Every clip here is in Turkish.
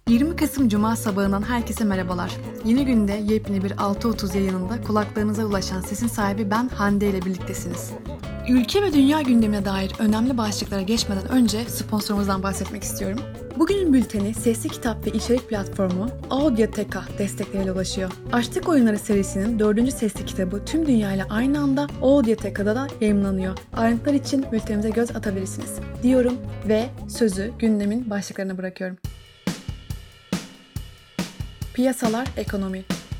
20 Kasım Cuma sabahından herkese merhabalar. Yeni günde yepyeni bir 6.30 yayınında kulaklarınıza ulaşan sesin sahibi ben Hande ile birliktesiniz. Ülke ve dünya gündemine dair önemli başlıklara geçmeden önce sponsorumuzdan bahsetmek istiyorum. Bugünün bülteni sesli kitap ve içerik platformu Audioteka destekleriyle ulaşıyor. Açtık Oyunları serisinin 4. sesli kitabı tüm dünyayla aynı anda Audioteka'da da yayımlanıyor. Ayrıntılar için bültenimize göz atabilirsiniz diyorum ve sözü gündemin başlıklarına bırakıyorum. Piyasalar, ekonomi.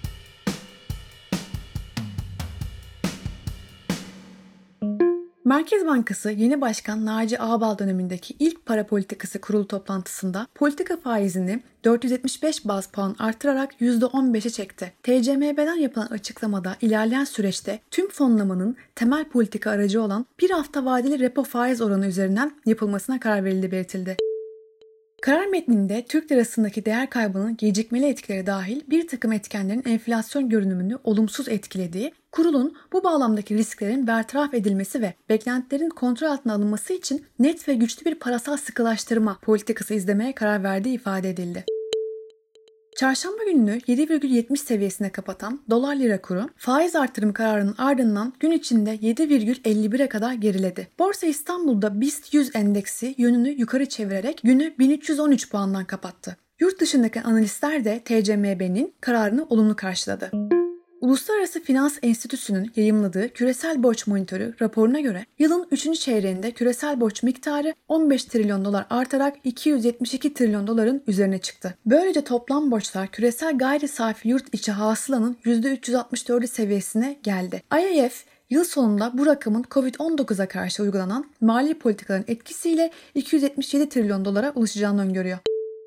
Merkez Bankası yeni başkan Naci Ağbal dönemindeki ilk para politikası kurulu toplantısında politika faizini 475 baz puan artırarak %15'e çekti. TCMB'den yapılan açıklamada ilerleyen süreçte tüm fonlamanın temel politika aracı olan bir hafta vadeli repo faiz oranı üzerinden yapılmasına karar verildiği belirtildi. Karar metninde Türk lirasındaki değer kaybının gecikmeli etkileri dahil bir takım etkenlerin enflasyon görünümünü olumsuz etkilediği, kurulun bu bağlamdaki risklerin bertaraf edilmesi ve beklentilerin kontrol altına alınması için net ve güçlü bir parasal sıkılaştırma politikası izlemeye karar verdiği ifade edildi. Çarşamba gününü 7,70 seviyesine kapatan dolar lira kuru faiz artırım kararının ardından gün içinde 7,51'e kadar geriledi. Borsa İstanbul'da BIST 100 endeksi yönünü yukarı çevirerek günü 1313 puandan kapattı. Yurt dışındaki analistler de TCMB'nin kararını olumlu karşıladı. Uluslararası Finans Enstitüsü'nün yayımladığı Küresel Borç Monitörü raporuna göre yılın 3. çeyreğinde küresel borç miktarı 15 trilyon dolar artarak 272 trilyon doların üzerine çıktı. Böylece toplam borçlar küresel gayri safi yurt içi hasılanın %364'ü seviyesine geldi. IMF yıl sonunda bu rakamın Covid-19'a karşı uygulanan mali politikaların etkisiyle 277 trilyon dolara ulaşacağını öngörüyor.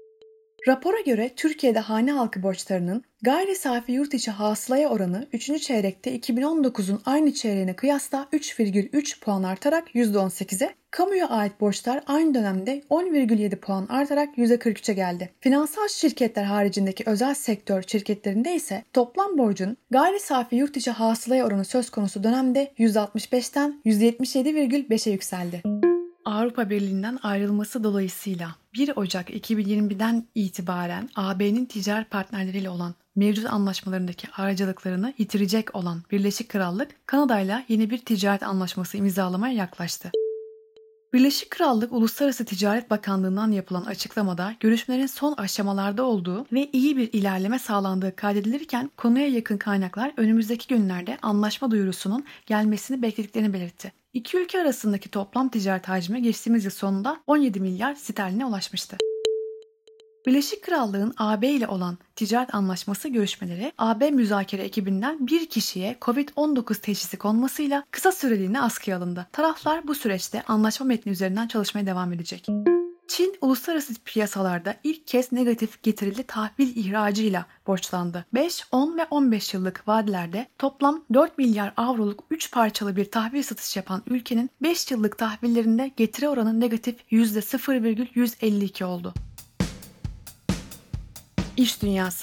Rapora göre Türkiye'de hane halkı borçlarının gayri safi yurt içi hasılaya oranı 3. çeyrekte 2019'un aynı çeyreğine kıyasla 3,3 puan artarak %18'e, kamuya ait borçlar aynı dönemde 10,7 puan artarak %43'e geldi. Finansal şirketler haricindeki özel sektör şirketlerinde ise toplam borcun gayri safi yurt içi hasılaya oranı söz konusu dönemde %65'ten %77,5'e yükseldi. Avrupa Birliği'nden ayrılması dolayısıyla 1 Ocak 2020'den itibaren AB'nin ticaret partnerleriyle olan mevcut anlaşmalarındaki ayrıcalıklarını yitirecek olan Birleşik Krallık, Kanada'yla yeni bir ticaret anlaşması imzalamaya yaklaştı. Birleşik Krallık Uluslararası Ticaret Bakanlığı'ndan yapılan açıklamada görüşmelerin son aşamalarda olduğu ve iyi bir ilerleme sağlandığı kaydedilirken konuya yakın kaynaklar önümüzdeki günlerde anlaşma duyurusunun gelmesini beklediklerini belirtti. İki ülke arasındaki toplam ticaret hacmi geçtiğimiz yıl sonunda 17 milyar sterline ulaşmıştı. Birleşik Krallık'ın AB ile olan ticaret anlaşması görüşmeleri AB müzakere ekibinden bir kişiye Covid-19 teşhisi konmasıyla kısa süreliğine askıya alındı. Taraflar bu süreçte anlaşma metni üzerinden çalışmaya devam edecek. Çin uluslararası piyasalarda ilk kez negatif getirili tahvil ihracıyla borçlandı. 5, 10 ve 15 yıllık vadelerde toplam 4 milyar avroluk 3 parçalı bir tahvil satışı yapan ülkenin 5 yıllık tahvillerinde getiri oranı negatif %0,152 oldu. İş dünyası.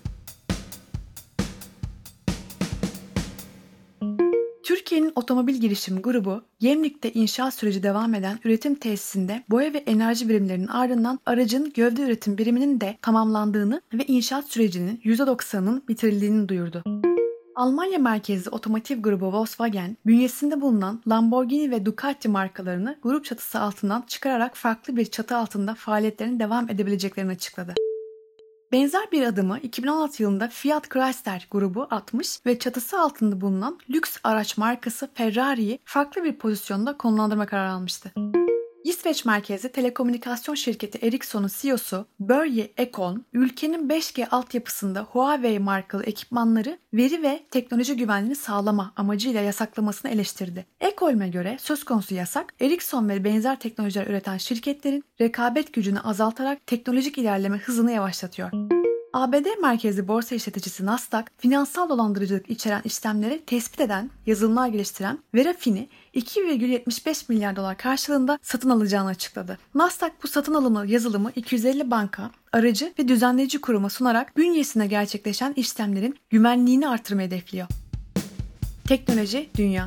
Türkiye'nin otomobil girişim grubu, Gemlik'te inşaat süreci devam eden üretim tesisinde boya ve enerji birimlerinin ardından aracın gövde üretim biriminin de tamamlandığını ve inşaat sürecinin %90'ının bitirildiğini duyurdu. Almanya merkezli otomotiv grubu Volkswagen, bünyesinde bulunan Lamborghini ve Ducati markalarını grup çatısı altından çıkararak farklı bir çatı altında faaliyetlerine devam edebileceklerini açıkladı. Benzer bir adımı 2016 yılında Fiat Chrysler grubu atmış ve çatısı altında bulunan lüks araç markası Ferrari'yi farklı bir pozisyonda konumlandırma kararı almıştı. İsveç merkezli telekomünikasyon şirketi Ericsson'un CEO'su Börje Ekholm, ülkenin 5G altyapısında Huawei markalı ekipmanları veri ve teknoloji güvenliğini sağlama amacıyla yasaklamasını eleştirdi. Ekholm'e göre söz konusu yasak, Ericsson ve benzer teknolojiler üreten şirketlerin rekabet gücünü azaltarak teknolojik ilerleme hızını yavaşlatıyor. ABD merkezli borsa işleticisi Nasdaq, finansal dolandırıcılık içeren işlemleri tespit eden, yazılımlar geliştiren Verafin'i 2,75 milyar dolar karşılığında satın alacağını açıkladı. Nasdaq bu satın alımı yazılımı 250 banka, aracı ve düzenleyici kuruma sunarak bünyesinde gerçekleşen işlemlerin güvenliğini artırmayı hedefliyor. Teknoloji, dünya.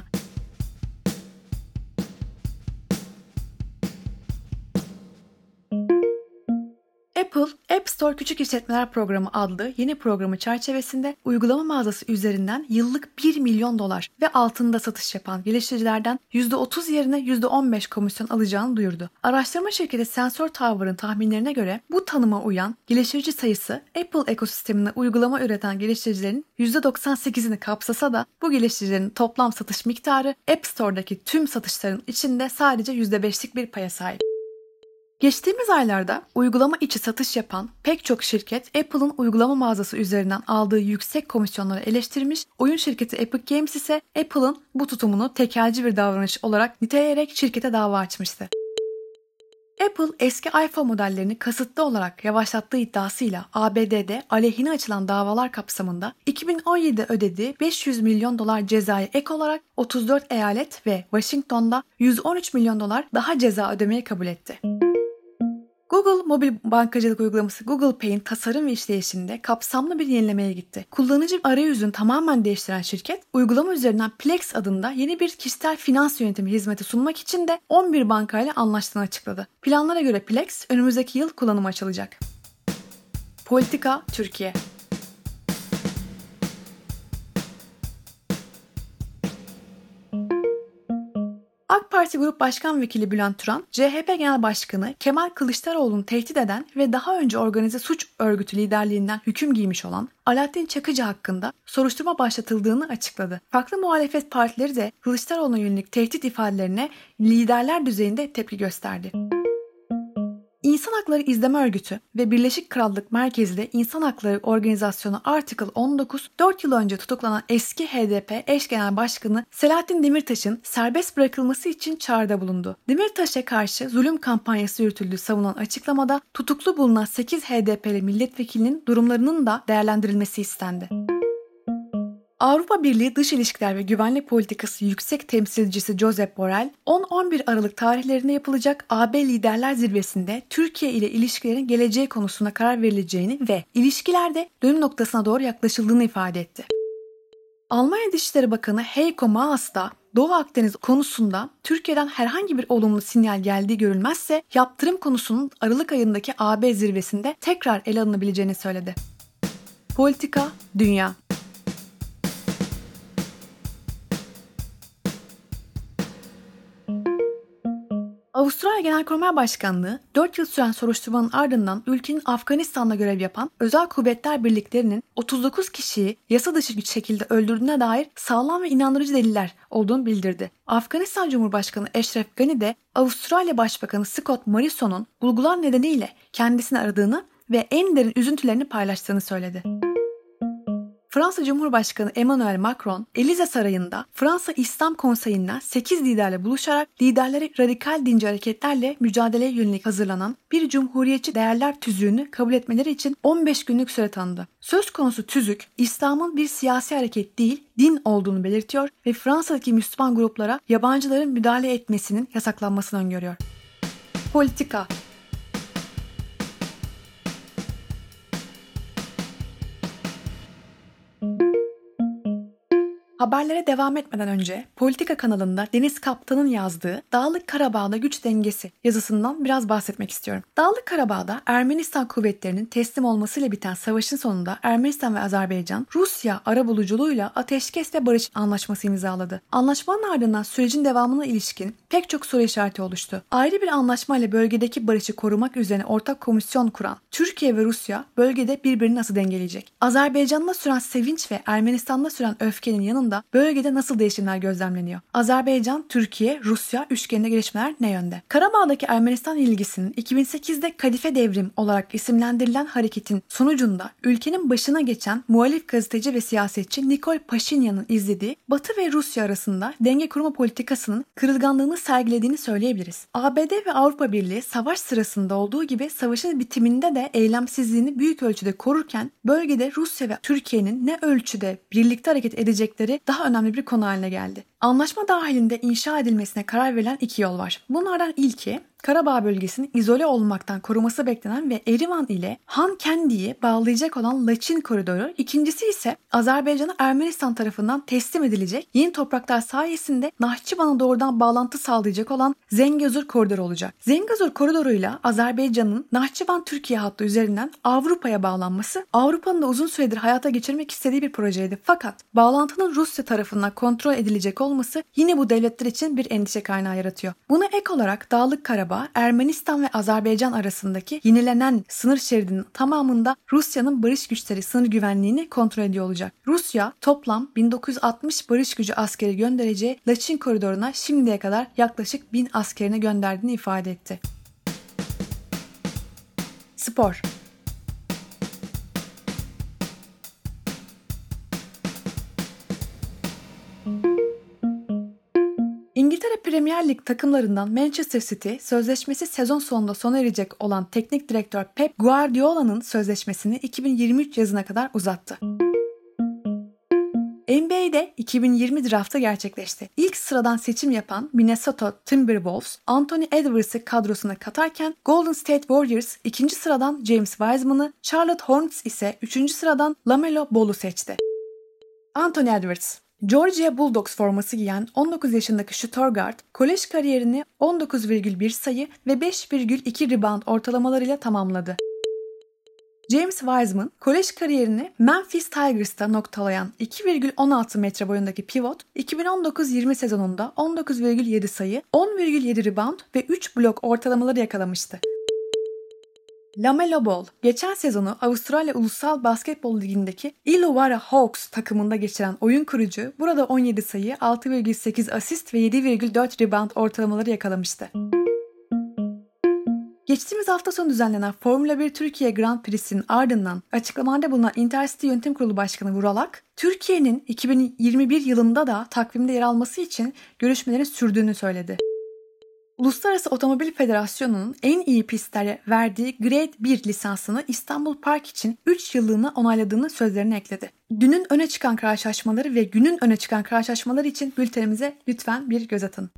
Apple, App Store Küçük İşletmeler Programı adlı yeni programı çerçevesinde uygulama mağazası üzerinden yıllık 1 milyon dolar ve altında satış yapan geliştiricilerden %30 yerine %15 komisyon alacağını duyurdu. Araştırma şirketi Sensor Tower'ın tahminlerine göre bu tanıma uyan geliştirici sayısı Apple ekosistemine uygulama üreten geliştiricilerin %98'ini kapsasa da bu geliştiricilerin toplam satış miktarı App Store'daki tüm satışların içinde sadece %5'lik bir paya sahip. Geçtiğimiz aylarda uygulama içi satış yapan pek çok şirket Apple'ın uygulama mağazası üzerinden aldığı yüksek komisyonları eleştirmiş, oyun şirketi Epic Games ise Apple'ın bu tutumunu tekelci bir davranış olarak niteleyerek şirkete dava açmıştı. Apple eski iPhone modellerini kasıtlı olarak yavaşlattığı iddiasıyla ABD'de aleyhine açılan davalar kapsamında 2017'de ödediği 500 milyon dolar cezaya ek olarak 34 eyalet ve Washington'da 113 milyon dolar daha ceza ödemeyi kabul etti. Google mobil bankacılık uygulaması Google Pay'in tasarım ve işleyişinde kapsamlı bir yenilemeye gitti. Kullanıcı arayüzünü tamamen değiştiren şirket, uygulama üzerinden Plex adında yeni bir kişisel finans yönetimi hizmeti sunmak için de 11 bankayla anlaştığını açıkladı. Planlara göre Plex önümüzdeki yıl kullanıma açılacak. Politika Türkiye. AK Parti Grup Başkan Vekili Bülent Turan, CHP Genel Başkanı Kemal Kılıçdaroğlu'nu tehdit eden ve daha önce organize suç örgütü liderliğinden hüküm giymiş olan Alaaddin Çakıcı hakkında soruşturma başlatıldığını açıkladı. Farklı muhalefet partileri de Kılıçdaroğlu'na yönelik tehdit ifadelerine liderler düzeyinde tepki gösterdi. İnsan Hakları İzleme Örgütü ve Birleşik Krallık merkezli İnsan Hakları Organizasyonu Article 19, 4 yıl önce tutuklanan eski HDP eş genel başkanı Selahattin Demirtaş'ın serbest bırakılması için çağrıda bulundu. Demirtaş'a karşı zulüm kampanyası yürütüldüğü savunan açıklamada tutuklu bulunan 8 HDP'li milletvekilinin durumlarının da değerlendirilmesi istendi. Avrupa Birliği Dış İlişkiler ve Güvenlik Politikası Yüksek Temsilcisi Josep Borrell, 10-11 Aralık tarihlerinde yapılacak AB Liderler Zirvesi'nde Türkiye ile ilişkilerin geleceği konusunda karar verileceğini ve ilişkilerde dönüm noktasına doğru yaklaşıldığını ifade etti. Almanya Dışişleri Bakanı Heiko Maas da Doğu Akdeniz konusunda Türkiye'den herhangi bir olumlu sinyal geldiği görülmezse yaptırım konusunun Aralık ayındaki AB zirvesinde tekrar ele alınabileceğini söyledi. Politika, Dünya. Avustralya Genelkurmay Başkanlığı 4 yıl süren soruşturmanın ardından ülkenin Afganistan'da görev yapan özel kuvvetler birliklerinin 39 kişiyi yasa dışı bir şekilde öldürdüğüne dair sağlam ve inandırıcı deliller olduğunu bildirdi. Afganistan Cumhurbaşkanı Eşref Gani de Avustralya Başbakanı Scott Morrison'un bulgular nedeniyle kendisini aradığını ve en derin üzüntülerini paylaştığını söyledi. Fransa Cumhurbaşkanı Emmanuel Macron, Elize Sarayı'nda Fransa İslam Konseyi'nden 8 liderle buluşarak liderlere radikal dinci hareketlerle mücadeleye yönelik hazırlanan bir cumhuriyetçi değerler tüzüğünü kabul etmeleri için 15 günlük süre tanıdı. Söz konusu tüzük, İslam'ın bir siyasi hareket değil, din olduğunu belirtiyor ve Fransa'daki Müslüman gruplara yabancıların müdahale etmesinin yasaklanmasını öngörüyor. Politika. Haberlere devam etmeden önce Politika kanalında Deniz Kaptan'ın yazdığı Dağlık Karabağ'da güç dengesi yazısından biraz bahsetmek istiyorum. Dağlık Karabağ'da Ermenistan kuvvetlerinin teslim olmasıyla biten savaşın sonunda Ermenistan ve Azerbaycan, Rusya arabuluculuğuyla ateşkes ve barış anlaşması imzaladı. Anlaşmanın ardından sürecin devamına ilişkin pek çok soru işareti oluştu. Ayrı bir anlaşmayla bölgedeki barışı korumak üzerine ortak komisyon kuran Türkiye ve Rusya bölgede birbirini nasıl dengeleyecek? Azerbaycan'da süren sevinç ve Ermenistan'da süren öfkenin yanında bölgede nasıl değişimler gözlemleniyor? Azerbaycan, Türkiye, Rusya üçgeninde gelişmeler ne yönde? Karabağ'daki Ermenistan ilgisinin 2008'de Kadife Devrim olarak isimlendirilen hareketin sonucunda ülkenin başına geçen muhalif gazeteci ve siyasetçi Nikol Paşinyan'ın izlediği Batı ve Rusya arasında denge kurma politikasının kırılganlığını sergilediğini söyleyebiliriz. ABD ve Avrupa Birliği savaş sırasında olduğu gibi savaşın bitiminde de eylemsizliğini büyük ölçüde korurken bölgede Rusya ve Türkiye'nin ne ölçüde birlikte hareket edecekleri daha önemli bir konu haline geldi. Anlaşma dahilinde inşa edilmesine karar verilen iki yol var. Bunlardan ilki Karabağ bölgesini izole olmaktan koruması beklenen ve Erivan ile Han-Kendi'yi bağlayacak olan Laçin koridoru, ikincisi ise Azerbaycan'a Ermenistan tarafından teslim edilecek yeni topraklar sayesinde Nahçıvan'a doğrudan bağlantı sağlayacak olan Zengezur koridoru olacak. Zengezur koridoruyla Azerbaycan'ın Nahçıvan-Türkiye hattı üzerinden Avrupa'ya bağlanması, Avrupa'nın da uzun süredir hayata geçirmek istediği bir projeydi. Fakat bağlantının Rusya tarafından kontrol edilecek olması yine bu devletler için bir endişe kaynağı yaratıyor. Buna ek olarak Dağlık Karabağ, Ermenistan ve Azerbaycan arasındaki yenilenen sınır şeridinin tamamında Rusya'nın barış güçleri sınır güvenliğini kontrol ediyor olacak. Rusya toplam 1960 barış gücü askeri göndereceği Laçin koridoruna şimdiye kadar yaklaşık 1000 askerini gönderdiğini ifade etti. Spor. İngiltere Premier Lig takımlarından Manchester City, sözleşmesi sezon sonunda sona erecek olan teknik direktör Pep Guardiola'nın sözleşmesini 2023 yazına kadar uzattı. NBA'de 2020 draftı gerçekleşti. İlk sıradan seçim yapan Minnesota Timberwolves, Anthony Edwards'ı kadrosuna katarken Golden State Warriors 2. sıradan James Wiseman'ı, Charlotte Hornets ise 3. sıradan LaMelo Ball'u seçti. Anthony Edwards, Georgia Bulldogs forması giyen 19 yaşındaki shooter guard, kolej kariyerini 19,1 sayı ve 5,2 rebound ortalamalarıyla tamamladı. James Wiseman, kolej kariyerini Memphis Tigers'ta noktalayan 2,16 metre boyundaki pivot, 2019-20 sezonunda 19,7 sayı, 10,7 rebound ve 3 blok ortalamaları yakalamıştı. LaMelo Ball, geçen sezonu Avustralya Ulusal Basketbol Ligi'ndeki Illawarra Hawks takımında geçiren oyun kurucu, burada 17 sayı, 6,8 asist ve 7,4 rebound ortalamaları yakalamıştı. Geçtiğimiz hafta sonu düzenlenen Formula 1 Türkiye Grand Prix'sinin ardından açıklamada bulunan Intercity Yönetim Kurulu Başkanı Vuralak, Türkiye'nin 2021 yılında da takvimde yer alması için görüşmelerin sürdüğünü söyledi. Uluslararası Otomobil Federasyonu'nun en iyi pistlere verdiği Grade 1 lisansını İstanbul Park için 3 yıllığına onayladığını sözlerine ekledi. Dünün öne çıkan karşılaşmaları ve günün öne çıkan karşılaşmaları için bültenimize lütfen bir göz atın.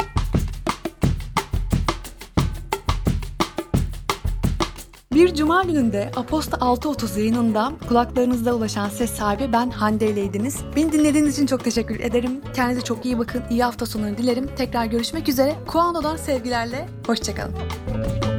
Bir cuma gününde Aposta 6.30 yayınında kulaklarınızda ulaşan ses sahibi ben Hande ileydiniz. Beni dinlediğiniz için çok teşekkür ederim. Kendinize çok iyi bakın. İyi hafta sonları dilerim. Tekrar görüşmek üzere. Kuando'dan sevgilerle. Hoşçakalın.